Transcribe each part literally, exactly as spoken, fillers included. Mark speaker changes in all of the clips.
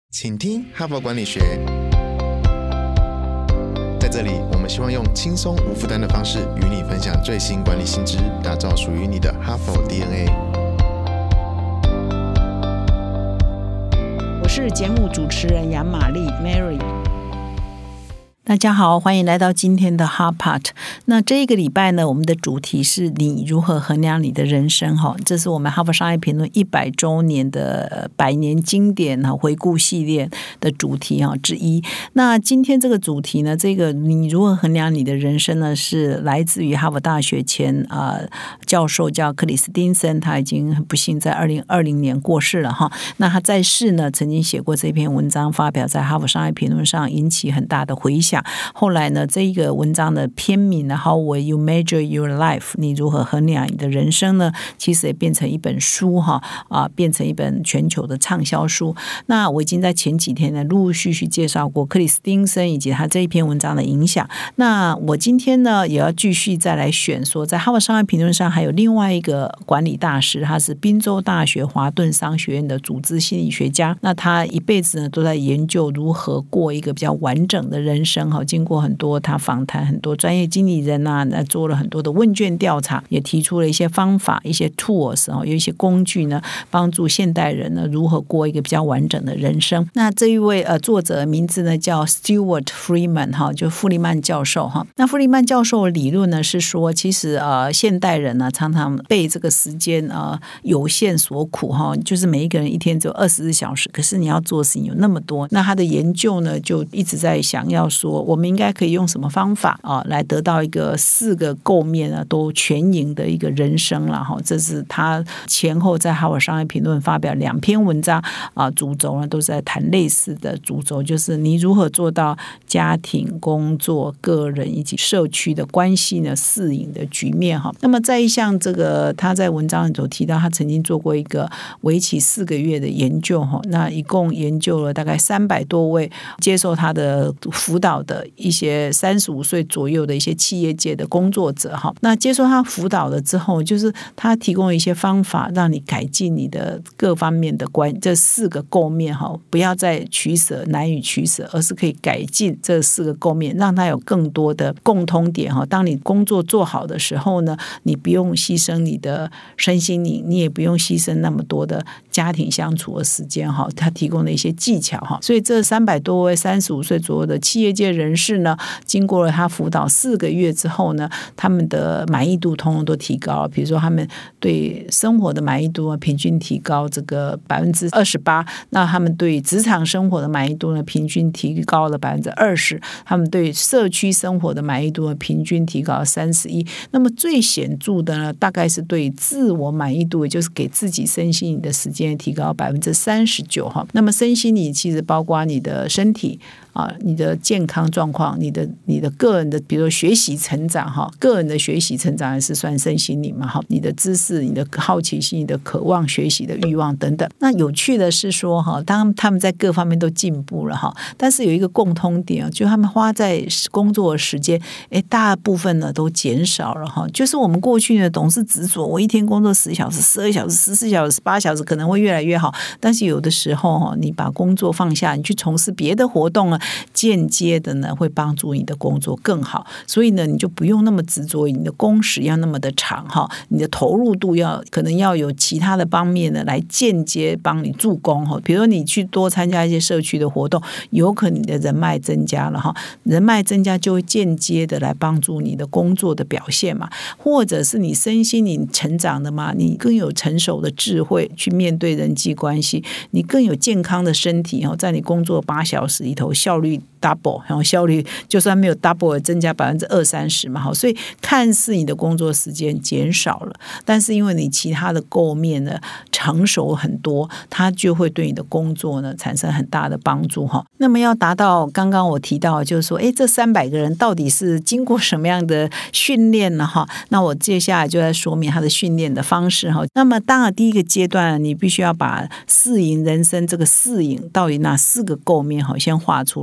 Speaker 1: 请听哈佛管理学。在这里，我们希望用轻松无负担的方式与你分享最新管理新知，打造属于你的哈佛 D N A。
Speaker 2: 我是节目主持人杨玛丽 Mary。大家好，欢迎来到今天的 Hot Pot。 那这一个礼拜呢，我们的主题是你如何衡量你的人生。这是我们哈佛商业评论一百周年的百年经典回顾系列的主题之一。那今天这个主题呢，这个你如何衡量你的人生呢，是来自于哈佛大学前、呃、教授叫克里斯汀森，他已经很不幸在二零二零年过世了哈。那他在世呢，曾经写过这篇文章，发表在哈佛商业评论上，引起很大的回响。后来呢，这一个文章的篇名呢 How will you measure your life？ 你如何衡量你的人生呢？其实也变成一本书哈、啊，变成一本全球的畅销书。那我已经在前几天呢，陆陆续续介绍过克里斯汀森以及他这一篇文章的影响。那我今天呢，也要继续再来选说，在哈佛商业评论上还有另外一个管理大师，他是宾州大学华顿商学院的组织心理学家。那他一辈子呢，都在研究如何过一个比较完整的人生。经过很多他访谈很多专业经理人啊，做了很多的问卷调查，也提出了一些方法，一些 tools， 有一些工具呢，帮助现代人呢如何过一个比较完整的人生。那这一位呃作者的名字呢叫 Stuart Freeman 哈，就弗里曼教授哈。那弗里曼教授的理论呢是说，其实呃现代人呢常常被这个时间呃有限所苦哈，就是每一个人一天只有二十四小时，可是你要做的事情有那么多。那他的研究呢就一直在想要说，我们应该可以用什么方法啊，来得到一个四个构面啊都全赢的一个人生了哈。这是他前后在哈佛商业评论发表两篇文章啊，主轴呢都是在谈类似的主轴，就是你如何做到家庭、工作、个人以及社区的关系呢四赢的局面哈。那么在一项这个他在文章里头提到，他曾经做过一个为期四个月的研究哈，那一共研究了大概三百多位接受他的辅导的一些三十五岁左右的一些企业界的工作者哈。那接受他辅导了之后，就是他提供了一些方法，让你改进你的各方面的关这四个构面哈，不要再取舍难以取舍，而是可以改进这四个构面，让它有更多的共通点哈。当你工作做好的时候呢，你不用牺牲你的身心灵，你也不用牺牲那么多的家庭相处的时间哈。他提供了一些技巧哈，所以这三百多位三十五岁左右的企业界人士呢，经过了他辅导四个月之后呢，他们的满意度通通都提高了。比如说他们对生活的满意度平均提高这个百分之二十八，那他们对职场生活的满意度呢平均提高了百分之二十，他们对社区生活的满意度呢平均提高了三十一。那么最显著的呢，大概是对自我满意度，也就是给自己身心灵的时间提高百分之三十九哈。那么身心灵其实包括你的身体啊，你的健康状况，你的你的个人的，比如说学习成长哈，个人的学习成长也是算身心灵嘛哈，你的知识、你的好奇心、你的渴望学习的欲望等等。那有趣的是说哈，当他们在各方面都进步了哈，但是有一个共通点，就他们花在工作的时间，哎，大部分呢都减少了哈。就是我们过去呢总是执着，我一天工作十小时、十二小时、十四小时、十八小时，可能会越来越好。但是有的时候哈，你把工作放下，你去从事别的活动了，间接的呢会帮助你的工作更好，所以呢你就不用那么执着于你的工时要那么的长哈，你的投入度要可能要有其他的方面呢来间接帮你助攻哈。比如说你去多参加一些社区的活动，有可能你的人脉增加了哈，人脉增加就会间接的来帮助你的工作的表现嘛，或者是你身心你成长的嘛，你更有成熟的智慧去面对人际关系，你更有健康的身体哈，在你工作八小时里头效率double， 然后效率就算没有 double 也增加百分之二三十嘛，所以看似你的工作时间减少了，但是因为你其他的构面呢成熟很多，它就会对你的工作呢产生很大的帮助哈。那么要达到刚刚我提到就是说，哎，这三百个人到底是经过什么样的训练呢哈？那我接下来就在说明他的训练的方式哈。那么当然第一个阶段，你必须要把四赢人生这个四赢到底哪四个构面哈先画出来哈，就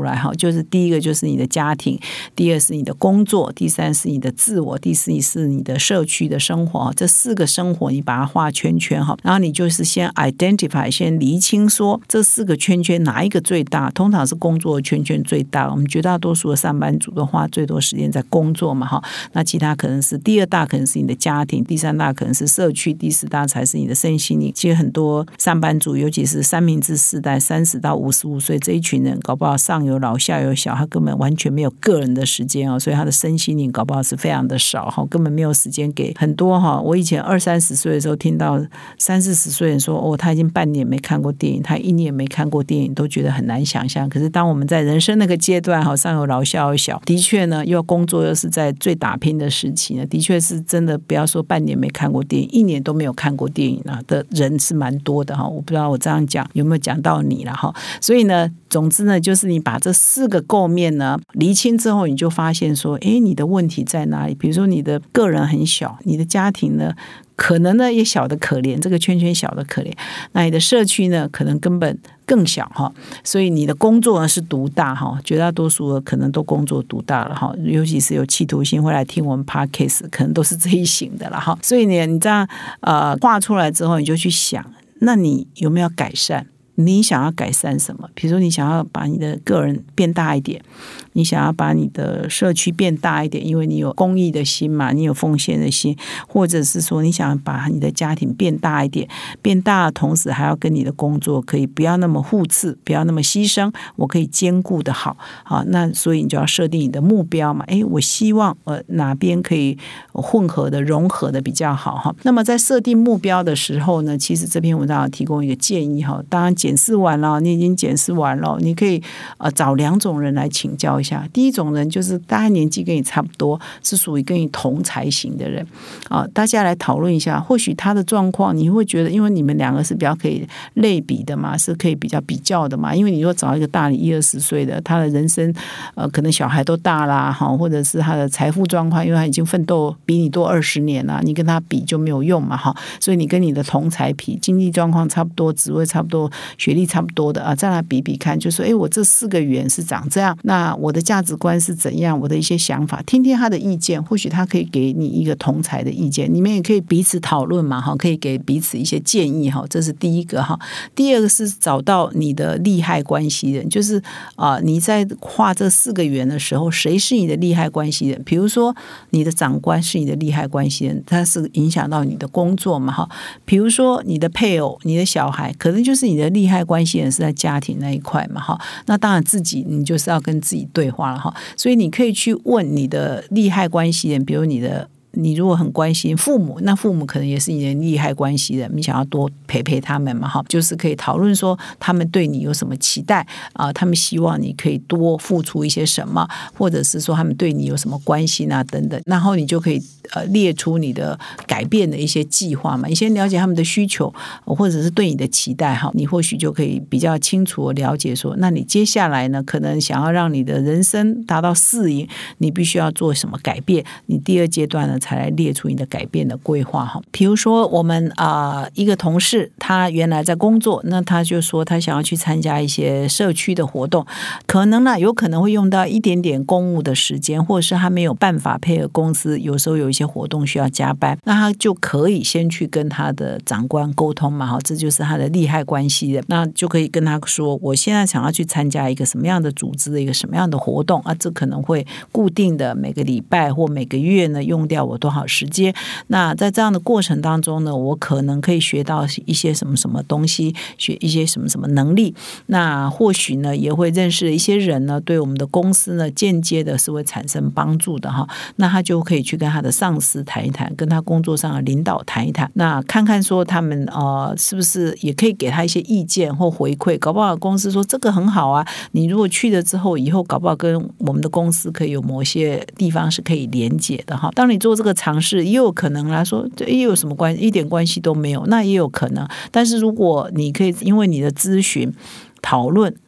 Speaker 2: 就是第一个就是你的家庭，第二是你的工作，第三是你的自我，第四是你的社区的生活。这四个生活你把它画圈圈，然后你就是先 identify 先厘清说这四个圈圈哪一个最大，通常是工作的圈圈最大，我们绝大多数的上班族都花最多时间在工作嘛，那其他可能是第二大可能是你的家庭，第三大可能是社区，第四大才是你的身心灵。其实很多上班族尤其是三明治世代三十到五十五岁这一群人，搞不好上有老下有小，他根本完全没有个人的时间哦，所以他的身心灵搞不好是非常的少，根本没有时间给很多。我以前二三十岁的时候听到三四十岁人说哦，他已经半年没看过电影，他一年没看过电影，都觉得很难想象。可是当我们在人生那个阶段上有老下有小，的确呢又要工作又是在最打拼的时期呢，的确是真的不要说半年没看过电影，一年都没有看过电影的人是蛮多的。我不知道我这样讲有没有讲到你了。所以呢总之呢就是你把这四个构面呢厘清之后，你就发现说诶你的问题在哪里。比如说你的个人很小，你的家庭呢可能呢也小的可怜，这个圈圈小的可怜，那你的社区呢可能根本更小哈，所以你的工作呢是独大哈，绝大多数可能都工作独大了哈，尤其是有企图心会来听我们 podcast， 可能都是这一型的了哈。所以呢，你这样呃画出来之后，你就去想，那你有没有改善？你想要改善什么？比如说你想要把你的个人变大一点，你想要把你的社区变大一点，因为你有公益的心嘛，你有奉献的心，或者是说你想把你的家庭变大一点，变大的同时还要跟你的工作可以不要那么互斥，不要那么牺牲，我可以兼顾的好。好，那所以你就要设定你的目标嘛。诶，我希望呃哪边可以混合的融合的比较好哈。那么在设定目标的时候呢，其实这篇文章有提供一个建议哈。当然检视完了，你已经检视完了，你可以呃找两种人来请教一下。第一种人就是大概年纪跟你差不多，是属于跟你同才型的人啊，大家来讨论一下，或许他的状况你会觉得，因为你们两个是比较可以类比的嘛，是可以比较比较的嘛。因为你说找一个大你一二十岁的，他的人生呃可能小孩都大啦哈，或者是他的财富状况，因为他已经奋斗比你多二十年啦，你跟他比就没有用嘛哈。所以你跟你的同才比，经济状况差不多，职位差不多，学历差不多的啊，再来比比看，就说哎，我这四个圆是长这样，那我的价值观是怎样，我的一些想法，听听他的意见，或许他可以给你一个同才的意见，你们也可以彼此讨论嘛，可以给彼此一些建议，这是第一个。第二个是找到你的利害关系人，就是啊，你在画这四个圆的时候，谁是你的利害关系人？比如说你的长官是你的利害关系人，他是影响到你的工作嘛哈。比如说你的配偶、你的小孩，可能就是你的利害关系人是在家庭那一块嘛哈。那当然自己你就是要跟自己对话了哈。所以你可以去问你的利害关系人，比如你的。你如果很关心父母，那父母可能也是你的利害关系人，你想要多陪陪他们嘛，就是可以讨论说他们对你有什么期待啊，他们希望你可以多付出一些什么，或者是说他们对你有什么关心啊等等，然后你就可以呃列出你的改变的一些计划嘛，你先了解他们的需求或者是对你的期待哈，你或许就可以比较清楚的了解说，那你接下来呢，可能想要让你的人生达到适应，你必须要做什么改变，你第二阶段呢才来列出你的改变的规划哈。比如说我们啊、呃、一个同事，他原来在工作，那他就说他想要去参加一些社区的活动，可能呢有可能会用到一点点公务的时间，或者是他没有办法配合公司，有时候有一些活动需要加班，那他就可以先去跟他的长官沟通嘛哈，这就是他的利害关系人，那就可以跟他说，我现在想要去参加一个什么样的组织的一个什么样的活动啊，这可能会固定的每个礼拜或每个月呢用掉我多少时间，那在这样的过程当中呢，我可能可以学到一些什么什么东西，学一些什么什么能力，那或许呢也会认识一些人呢，对我们的公司呢间接的是会产生帮助的哈，那他就可以去跟他的上司谈一谈，跟他工作上的领导谈一谈，那看看说他们呃是不是也可以给他一些意见或回馈，搞不好公司说这个很好啊，你如果去了之后，以后搞不好跟我们的公司可以有某些地方是可以连结的哈。当你做这个尝试，也有可能来说也有什么关系，一点关系都没有，那也有可能。但是如果你可以因为你的咨询讨论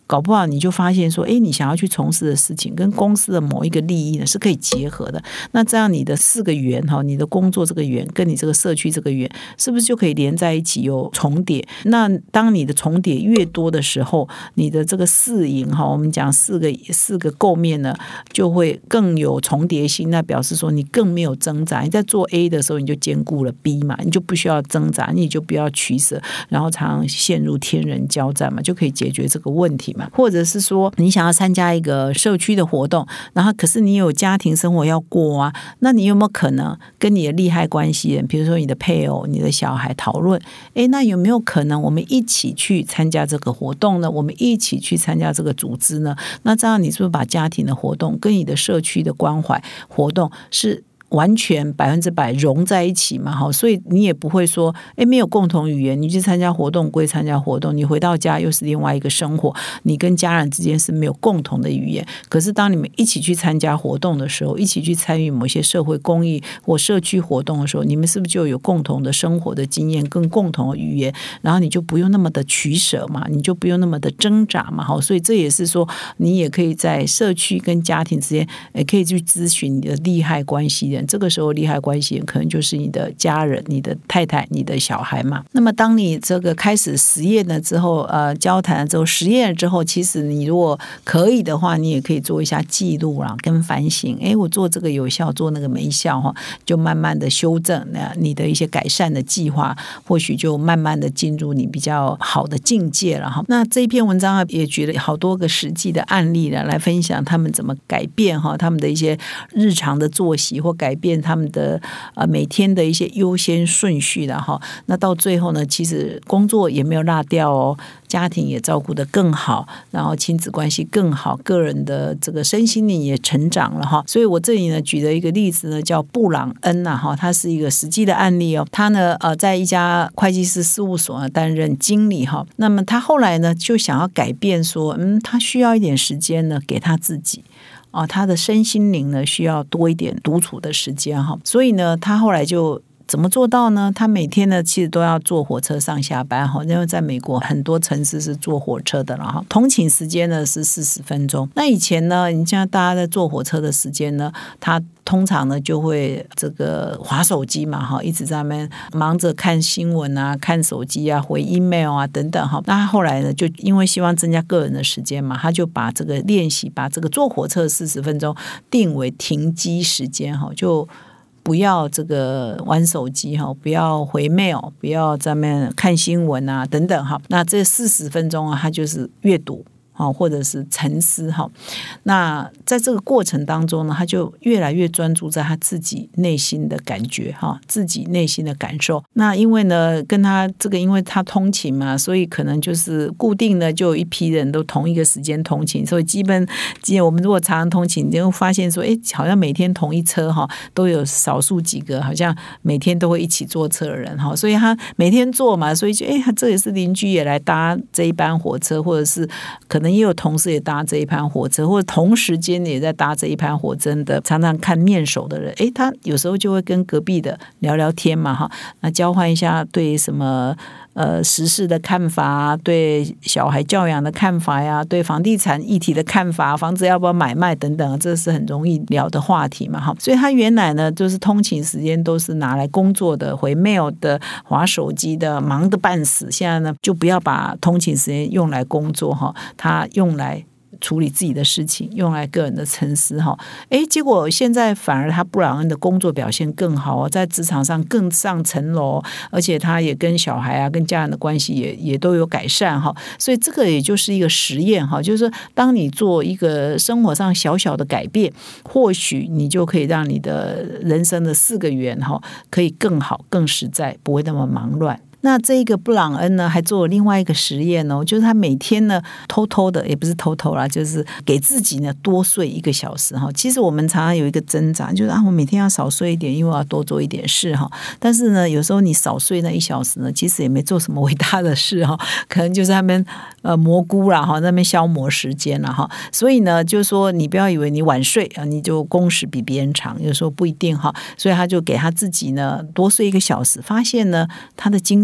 Speaker 2: 搞不好你就发现说，哎，你想要去从事的事情跟公司的某一个利益呢是可以结合的。那这样你的四个圆哈，你的工作这个圆跟你这个社区这个圆，是不是就可以连在一起有重叠？那当你的重叠越多的时候，你的这个四赢哈，我们讲四个四个构面呢，就会更有重叠性。那表示说你更没有挣扎。你在做 A 的时候，你就兼顾了 B 嘛，你就不需要挣扎，你就不要取舍，然后常常陷入天人交战嘛，就可以解决这个问题嘛。或者是说，你想要参加一个社区的活动，然后可是你有家庭生活要过啊，那你有没有可能跟你的利害关系人，比如说你的配偶、你的小孩讨论，诶，那有没有可能我们一起去参加这个活动呢？我们一起去参加这个组织呢？那这样你是不是把家庭的活动跟你的社区的关怀活动是完全百分之百融在一起嘛？好，所以你也不会说，哎，没有共同语言，你去参加活动归参加活动，你回到家又是另外一个生活，你跟家人之间是没有共同的语言。可是当你们一起去参加活动的时候，一起去参与某些社会公益或社区活动的时候，你们是不是就有共同的生活的经验跟共同的语言？然后你就不用那么的取舍嘛，你就不用那么的挣扎嘛。好，所以这也是说，你也可以在社区跟家庭之间，也可以去咨询你的利害关系人。这个时候利害关系人可能就是你的家人、你的太太、你的小孩嘛。那么当你这个开始实验了之后，呃，交谈了之后，实验了之后，其实你如果可以的话，你也可以做一下记录啦，跟反省。哎，我做这个有效，做那个没效哈，就慢慢的修正那你的一些改善的计划，或许就慢慢的进入你比较好的境界了哈。那这一篇文章也举了好多个实际的案例了，来分享他们怎么改变哈他们的一些日常的作息或改变他们的呃每天的一些优先顺序的哈。那到最后呢，其实工作也没有落掉哦，家庭也照顾得更好，然后亲子关系更好，个人的这个身心灵也成长了哈。所以我这里呢举的一个例子呢叫布朗恩呐哈，他是一个实际的案例哦。他呢呃在一家会计师事务所呢担任经理哈。那么他后来呢就想要改变说，嗯，他需要一点时间呢给他自己。啊，他的身心灵呢需要多一点独处的时间哈，所以呢，他后来就怎么做到呢？他每天呢其实都要坐火车上下班哈，因为在美国很多城市是坐火车的了哈，通勤时间呢是四十分钟。那以前呢，你像大家在坐火车的时间呢，他通常呢就会这个滑手机嘛哈，一直在那边忙着看新闻啊、看手机啊、回 email 啊等等哈。那后来呢，就因为希望增加个人的时间嘛，他就把这个练习，把这个坐火车四十分钟定为停机时间哈，就不要这个玩手机哈，不要回 mail， 不要在那边看新闻啊等等哈。那这四十分钟啊，它就是阅读。或者是沉思哈，那在这个过程当中呢，他就越来越专注在他自己内心的感觉哈，自己内心的感受。那因为呢，跟他这个，因为他通勤嘛，所以可能就是固定的就有一批人都同一个时间通勤，所以基本，我们如果常常通勤，你就会发现说，哎，好像每天同一车哈，都有少数几个好像每天都会一起坐车的人哈，所以他每天坐嘛，所以就哎，这也是邻居也来搭这一班火车，或者是可能。也有同事也搭这一班火车，或者同时间也在搭这一班火车的，常常看面熟的人，诶，他有时候就会跟隔壁的聊聊天嘛，哈，那交换一下对什么呃时事的看法，对小孩教养的看法呀，对房地产议题的看法，房子要不要买卖等等，这是很容易聊的话题嘛，哈。所以他原来呢，就是通勤时间都是拿来工作的，回 mail 的，滑手机的，忙得半死。现在呢，就不要把通勤时间用来工作哈，他用来处理自己的事情，用来个人的沉思哈。哎，结果现在反而他布朗恩的工作表现更好，在职场上更上层楼，而且他也跟小孩啊、跟家人的关系也也都有改善哈。所以这个也就是一个实验哈，就是说，当你做一个生活上小小的改变，或许你就可以让你的人生的四个圆哈，可以更好、更实在，不会那么忙乱。那这个布朗恩呢，还做了另外一个实验哦，就是他每天呢偷偷的，也不是偷偷啦，就是给自己呢多睡一个小时哈。其实我们常常有一个挣扎，就是啊，我每天要少睡一点，因为我要多做一点事哈。但是呢，有时候你少睡那一小时呢，其实也没做什么伟大的事哈，可能就是他们呃蘑菇啦哈，那边消磨时间了哈。所以呢，就是说你不要以为你晚睡啊，你就工时比别人长，有时候不一定哈。所以他就给他自己呢多睡一个小时，发现呢他的精神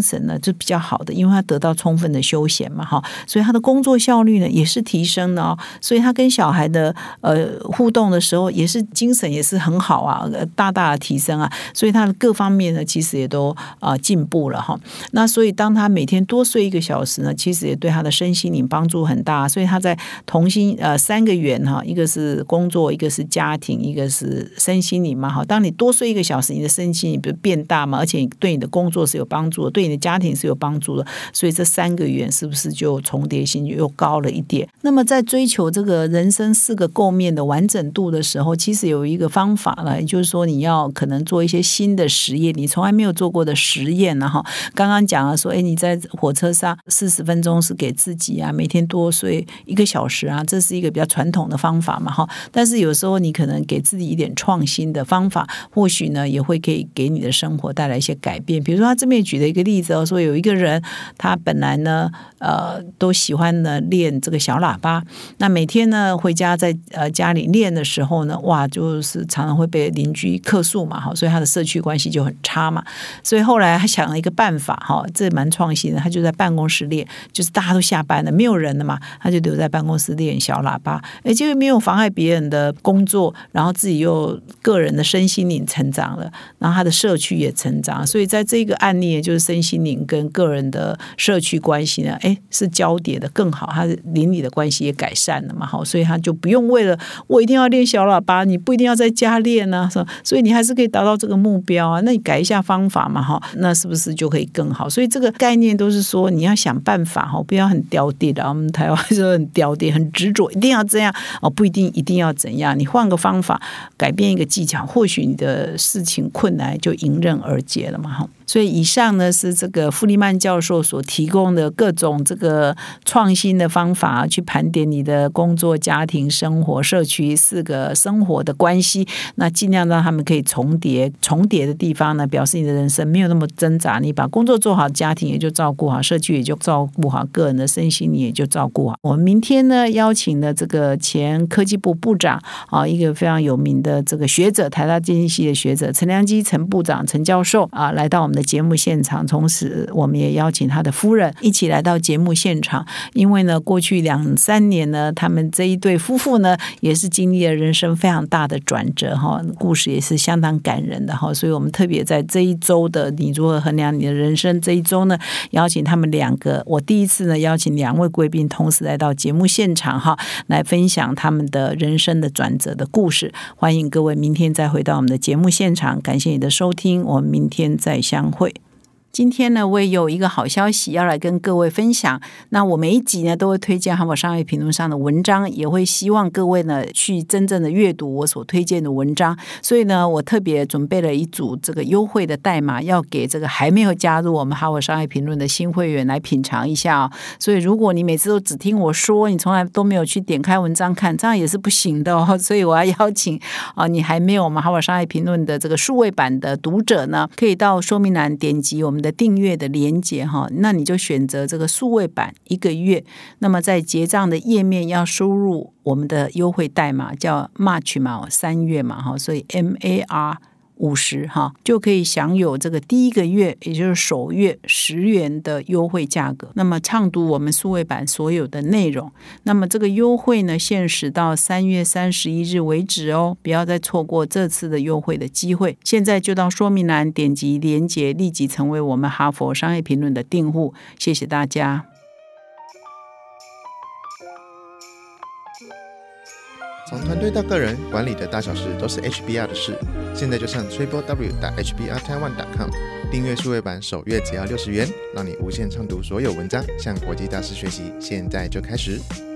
Speaker 2: 神呢就比较好的，因为他得到充分的休闲嘛哈，所以他的工作效率呢也是提升的哦。所以他跟小孩的呃互动的时候，也是精神也是很好啊，大大的提升啊。所以他的各方面呢，其实也都啊、呃、进步了哈。那所以当他每天多睡一个小时呢，其实也对他的身心灵帮助很大。所以他在同心呃三个圆哈，一个是工作，一个是家庭，一个是身心灵嘛哈。当你多睡一个小时，你的身心灵不是变大嘛，而且对你的工作是有帮助的，对你的家庭是有帮助的。所以这三个圆是不是就重叠性又高了一点？那么在追求这个人生四个构面的完整度的时候，其实有一个方法了，也就是说你要可能做一些新的实验，你从来没有做过的实验了哈。刚刚讲了说，哎，你在火车上四十分钟是给自己啊，每天多睡一个小时啊，这是一个比较传统的方法嘛哈。但是有时候你可能给自己一点创新的方法，或许呢也会可以给你的生活带来一些改变。比如说他这边举了一个例子哦，说有一个人他本来呢呃都喜欢呢练这个小喇叭，那每天呢回家在呃家里练的时候呢，哇，就是常常会被邻居客诉嘛哈，所以他的社区关系就很差嘛。所以后来他想了一个办法哈，这蛮创新的，他就在办公室练，就是大家都下班了，没有人了嘛，他就留在办公室练小喇叭，而且没有妨碍别人的工作，然后自己又个人的身心灵成长了，然后他的社区也成长，所以在这个案例就是身心灵跟个人的社区关系呢，哎，是交叠的更好，他邻里的关系也改善了嘛，好，所以他就不用为了我一定要练小喇叭，你不一定要在家练啊，所以你还是可以达到这个目标啊，那你改一下方法嘛，哈，那是不是就可以更好？所以这个概念都是说你要想办法哈，不要很刁地的，我们台湾说很刁地，很执着，一定要这样哦，不一定一定要怎样，你换个方法，改变一个技巧，或许你的事情困难就迎刃而解了嘛，哈。所以以上呢是这个傅利曼教授所提供的各种这个创新的方法，去盘点你的工作、家庭、生活、社区四个生活的关系，那尽量让他们可以重叠，重叠的地方呢，表示你的人生没有那么挣扎，你把工作做好，家庭也就照顾好，社区也就照顾好，个人的身心你也就照顾好。我们明天呢邀请了这个前科技部部长啊，一个非常有名的这个学者，台大经济系的学者陈良基陈部长陈教授啊，来到我们的节目现场，同时我们也邀请他的夫人一起来到节目现场。因为呢过去两三年呢，他们这一对夫妇呢也是经历了人生非常大的转折哈，故事也是相当感人的哈，所以我们特别在这一周的你如何衡量你的人生这一周呢，邀请他们两个，我第一次呢邀请两位贵宾同时来到节目现场哈，来分享他们的人生的转折的故事。欢迎各位明天再回到我们的节目现场，感谢你的收听，我们明天再相会。今天呢，我也有一个好消息要来跟各位分享。那我每一集呢，都会推荐《哈佛商业评论》上的文章，也会希望各位呢去真正的阅读我所推荐的文章。所以呢，我特别准备了一组这个优惠的代码，要给这个还没有加入我们《哈佛商业评论》的新会员来品尝一下哦。所以，如果你每次都只听我说，你从来都没有去点开文章看，这样也是不行的哦。所以，我要邀请啊，你还没有我们《哈佛商业评论》的这个数位版的读者呢，可以到说明栏点击我们的的订阅的连结哈，那你就选择这个数位版一个月，那么在结账的页面要输入我们的优惠代码叫 March 嘛，三月嘛哈，所以 M A R五十哈，就可以享有这个第一个月，也就是首月十元的优惠价格。那么畅读我们数位版所有的内容。那么这个优惠呢，限时到三月三十一日为止哦，不要再错过这次的优惠的机会。现在就到说明栏点击连结，立即成为我们哈佛商业评论的订户。谢谢大家。
Speaker 1: 从团队到个人，管理的大小事都是 H B R 的事。现在就上 triple w 点 h b r taiwan 点 com 订阅数位版，首月只要六十元，让你无限畅读所有文章，向国际大师学习。现在就开始。